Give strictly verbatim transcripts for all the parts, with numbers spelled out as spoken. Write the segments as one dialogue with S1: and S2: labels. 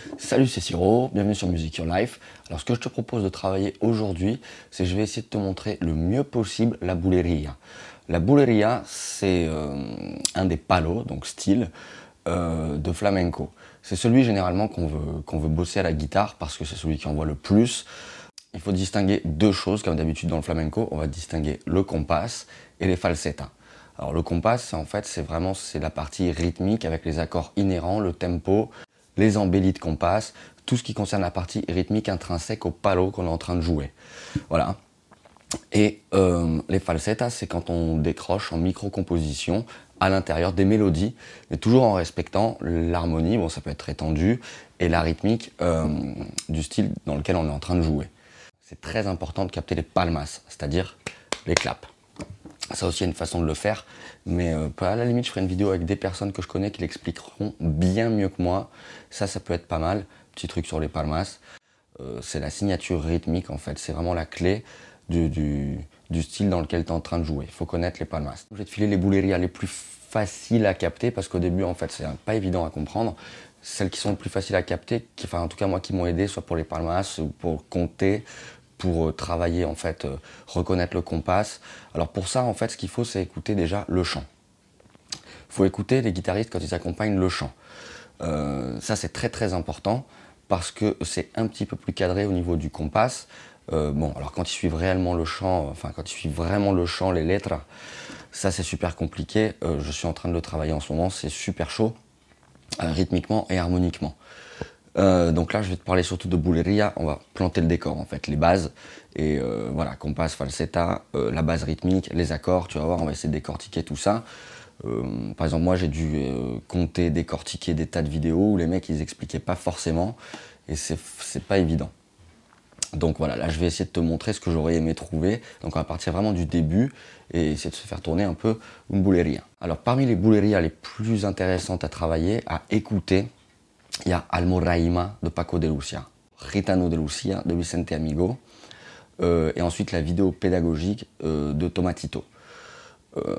S1: Salut, c'est Siro, bienvenue sur Music Your Life. Alors ce que je te propose de travailler aujourd'hui, c'est que je vais essayer de te montrer le mieux possible la bulería. La bulería, c'est euh, un des palos, donc style, euh, de flamenco. C'est celui généralement qu'on veut, qu'on veut bosser à la guitare parce que c'est celui qui envoie le plus. Il faut distinguer deux choses, comme d'habitude dans le flamenco, on va distinguer le compas et les falsettas. Alors le compas, en fait, c'est vraiment c'est la partie rythmique avec les accords inhérents, le tempo, les embellis de compas, tout ce qui concerne la partie rythmique intrinsèque au palo qu'on est en train de jouer. Voilà. Et euh, les falsettas, c'est quand on décroche en micro-composition à l'intérieur des mélodies, mais toujours en respectant l'harmonie, bon ça peut être très tendu, et la rythmique euh, du style dans lequel on est en train de jouer. C'est très important de capter les palmas, c'est-à-dire les claps. Ça aussi, il y a une façon de le faire, mais euh, à la limite, je ferai une vidéo avec des personnes que je connais qui l'expliqueront bien mieux que moi. Ça, ça peut être pas mal. Petit truc sur les palmas. Euh, c'est la signature rythmique, en fait. C'est vraiment la clé du, du, du style dans lequel tu es en train de jouer. Il faut connaître les palmas. Je vais te filer les bulerías les plus faciles à capter, parce qu'au début, en fait, c'est pas évident à comprendre. Celles qui sont les plus faciles à capter, qui, enfin, en tout cas, moi, qui m'ont aidé, soit pour les palmas ou pour compter, pour travailler, en fait, euh, reconnaître le compas. Alors pour ça, en fait, ce qu'il faut, c'est écouter déjà le chant. Il faut écouter les guitaristes quand ils accompagnent le chant. Euh, ça, c'est très très important parce que c'est un petit peu plus cadré au niveau du compas. Euh, bon, alors quand ils suivent réellement le chant, enfin quand ils suivent vraiment le chant, les lettres, ça c'est super compliqué. Euh, je suis en train de le travailler en ce moment, c'est super chaud, euh, rythmiquement et harmoniquement. Euh, donc là, je vais te parler surtout de bulería. On va planter le décor, en fait, les bases. Et euh, voilà, compas, falsetta, euh, la base rythmique, les accords, tu vas voir, on va essayer de décortiquer tout ça. Euh, par exemple, moi, j'ai dû euh, compter, décortiquer des tas de vidéos où les mecs, ils expliquaient pas forcément. Et c'est pas évident. Donc voilà, là, je vais essayer de te montrer ce que j'aurais aimé trouver. Donc on va partir vraiment du début et essayer de se faire tourner un peu une bulería. Alors, parmi les bulerías les plus intéressantes à travailler, à écouter, il y a Almoraima de Paco de Lucia, Gitano de Lucia de Vicente Amigo, euh, et ensuite la vidéo pédagogique euh, de Tomatito. Euh,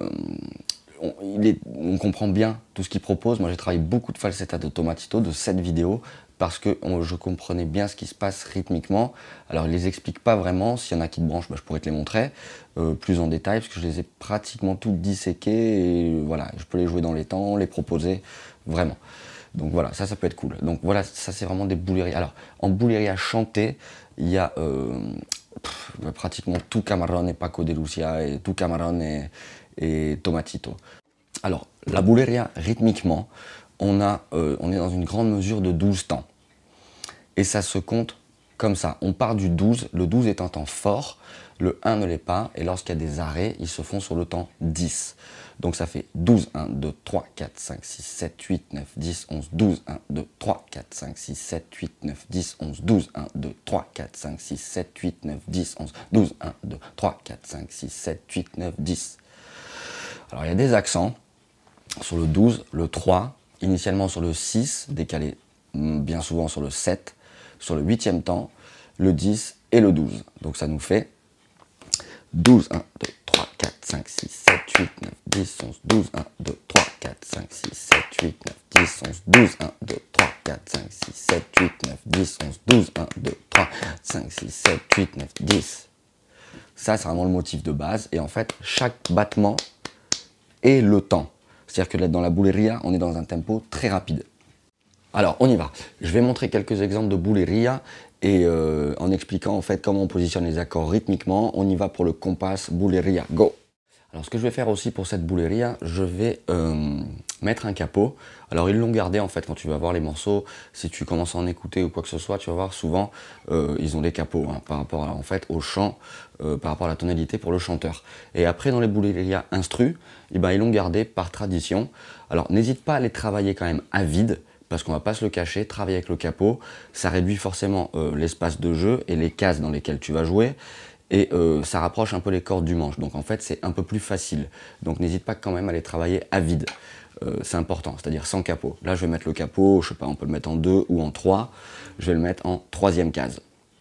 S1: on, il est, on comprend bien tout ce qu'il propose. Moi j'ai travaillé beaucoup de falsettas de Tomatito, de cette vidéo, parce que on, je comprenais bien ce qui se passe rythmiquement. Alors il les explique pas vraiment, s'il y en a qui te branchent, bah, je pourrais te les montrer euh, plus en détail, parce que je les ai pratiquement toutes disséquées, et voilà, je peux les jouer dans les temps, les proposer, vraiment. Donc voilà, ça, ça peut être cool. Donc voilà, ça c'est vraiment des bulerías. Alors, en bulería chanté, il y a euh, pff, pratiquement tout Camarón et Paco de Lucia, et tout Camarón et, et Tomatito. Alors, la bulería, rythmiquement, on, a, euh, on est dans une grande mesure de douze temps. Et ça se compte comme ça. On part du douze, le douze est un temps fort, le un ne l'est pas, et lorsqu'il y a des arrêts, ils se font sur le temps dix. Donc ça fait douze, un, deux, trois, quatre, cinq, six, sept, huit, neuf, dix, onze, douze, un, deux, trois, quatre, cinq, six, sept, huit, neuf, dix, onze, douze, un, deux, trois, quatre, cinq, six, sept, huit, neuf, dix, onze, douze, un, deux, trois, quatre, cinq, six, sept, huit, neuf, dix. Alors il y a des accents sur le douze, le trois, initialement sur le six, décalé bien souvent sur le sept, sur le huitième temps, le dix et le douze. Donc ça nous fait douze, un, deux, trois, quatre, cinq, six, sept, huit, neuf, dix, onze, douze, un, deux, trois, quatre, cinq, six, sept, huit, neuf, dix, onze, douze, un, deux, trois, quatre, cinq, six, sept, huit, neuf, dix, onze, douze, un, deux, trois, cinq, six, sept, huit, neuf, dix. Ça, c'est vraiment le motif de base. Et en fait, chaque battement est le temps. C'est-à-dire que là, dans la bulería, on est dans un tempo très rapide. Alors, on y va. Je vais montrer quelques exemples de bulería et euh, en expliquant en fait comment on positionne les accords rythmiquement. On y va pour le compas bulería. Go! Alors, ce que je vais faire aussi pour cette bulería, je vais euh, mettre un capot. Alors, ils l'ont gardé en fait quand tu vas voir les morceaux. Si tu commences à en écouter ou quoi que ce soit, tu vas voir souvent euh, ils ont des capots hein, par rapport à, en fait au chant, euh, par rapport à la tonalité pour le chanteur. Et après, dans les bulerías instru, eh ben, ils l'ont gardé par tradition. Alors, n'hésite pas à les travailler quand même à vide, parce qu'on va pas se le cacher, travailler avec le capot, ça réduit forcément euh, l'espace de jeu et les cases dans lesquelles tu vas jouer, et euh, ça rapproche un peu les cordes du manche, donc en fait c'est un peu plus facile. Donc n'hésite pas quand même à les travailler à vide, euh, c'est important, c'est-à-dire sans capot. Là je vais mettre le capot, je sais pas, on peut le mettre en deux ou en trois, je vais le mettre en troisième case.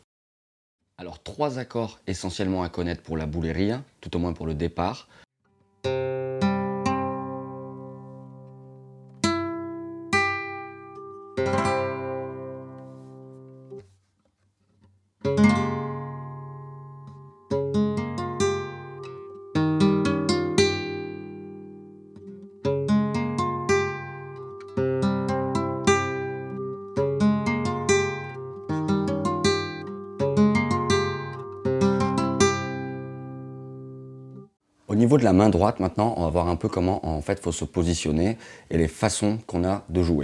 S1: Alors trois accords essentiellement à connaître pour la bulería, tout au moins pour le départ. niveau de la main droite, maintenant, on va voir un peu comment en fait faut se positionner et les façons qu'on a de jouer.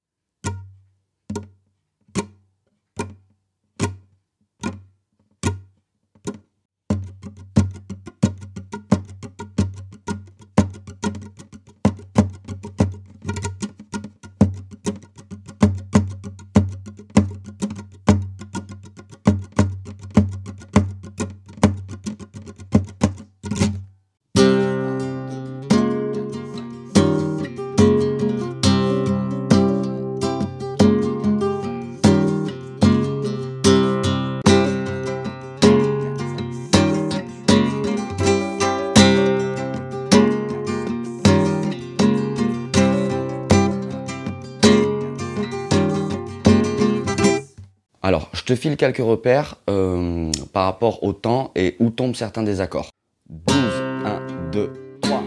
S1: Alors, je te file quelques repères euh, par rapport au temps et où tombent certains des accords. douze, un, deux, trois.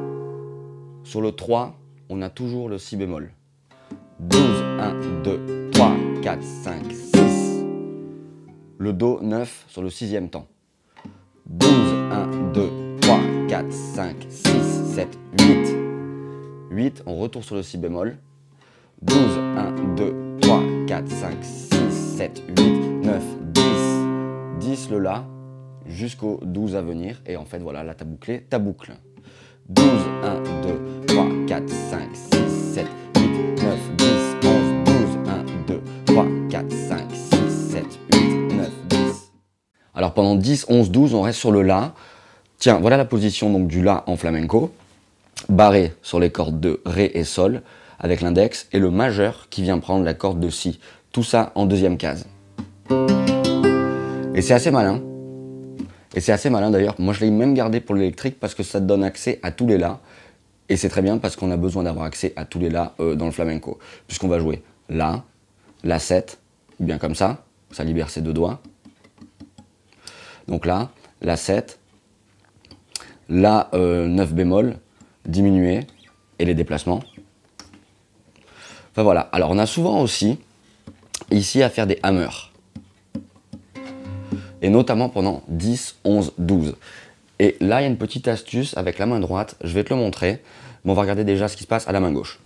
S1: Sur le trois, on a toujours le si bémol. douze, un, deux, trois, quatre, cinq, six. Le do neuf sur le sixième temps. douze, un, deux, trois, quatre, cinq, six, sept, huit. huit, on retourne sur le si bémol. douze, un, deux, trois, quatre, cinq, six, sept, huit, neuf, dix. dix le La jusqu'au douze à venir. Et en fait, voilà, là, tu as bouclé ta boucle. douze, un, deux, trois, quatre, cinq, six, sept, huit, neuf, dix, onze, douze, un, deux, trois, quatre, cinq, six, sept, huit, neuf, dix. Alors pendant dix, onze, douze, on reste sur le La. Tiens, voilà la position donc du La en flamenco. Barré sur les cordes de Ré et Sol, avec l'index, et le majeur qui vient prendre la corde de Si. Tout ça en deuxième case. Et c'est assez malin. Et c'est assez malin d'ailleurs. Moi je l'ai même gardé pour l'électrique parce que ça te donne accès à tous les La. Et c'est très bien parce qu'on a besoin d'avoir accès à tous les La euh, dans le flamenco. Puisqu'on va jouer La, La sept, ou bien comme ça. Ça libère ses deux doigts. Donc là, La sept, La euh, neuf bémol, diminué, et les déplacements. Enfin voilà. Alors on a souvent aussi ici à faire des hammers. Et notamment pendant dix, onze, douze. Et là, il y a une petite astuce avec la main droite. Je vais te le montrer. Mais on va regarder déjà ce qui se passe à la main gauche.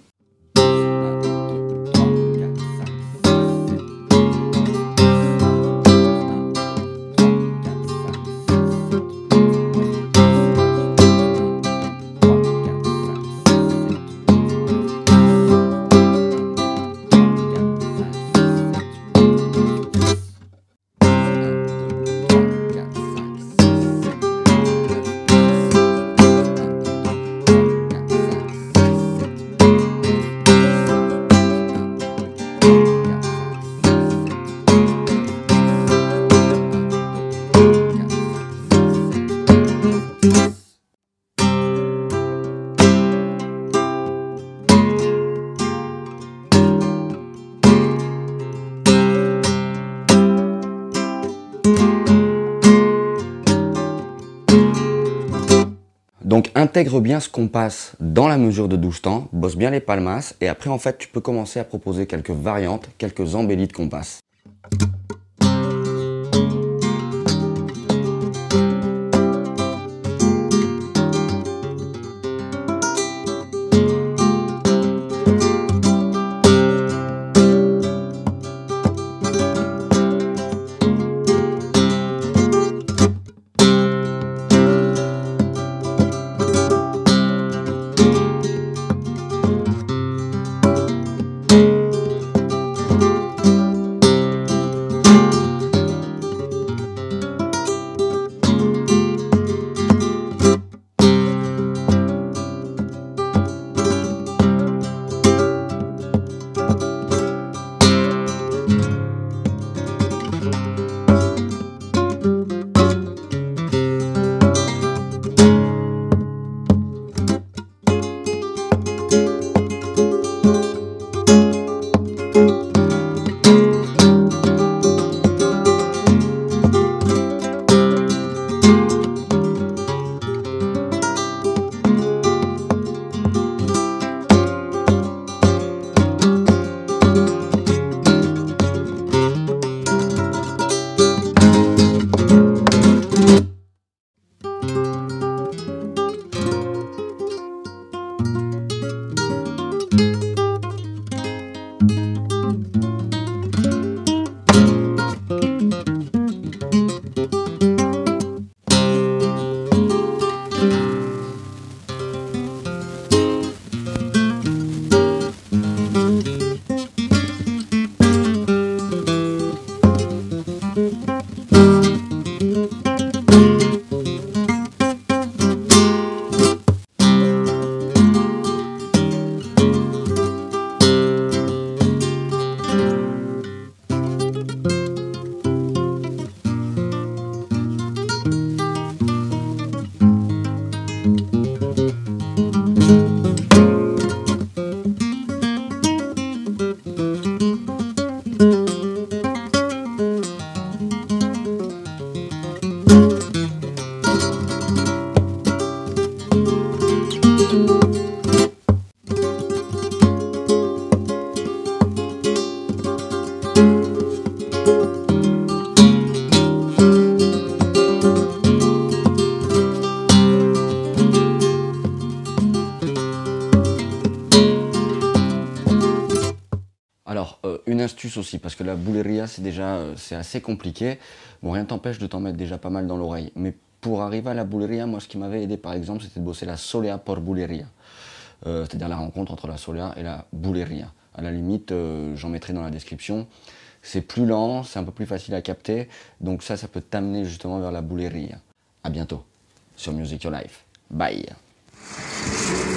S1: Donc intègre bien ce qu'on passe dans la mesure de douze temps, bosse bien les palmas et après en fait tu peux commencer à proposer quelques variantes, quelques embellis de compas. une astuce aussi, parce que la bulería, c'est déjà euh, c'est assez compliqué. Bon, rien t'empêche de t'en mettre déjà pas mal dans l'oreille. Mais pour arriver à la bulería, moi, ce qui m'avait aidé, par exemple, c'était de bosser la solea por bulería. Euh, C'est-à-dire la rencontre entre la solea et la bulería. À la limite, euh, j'en mettrai dans la description. C'est plus lent, c'est un peu plus facile à capter. Donc ça, ça peut t'amener justement vers la bulería. À bientôt sur Music Your Life. Bye.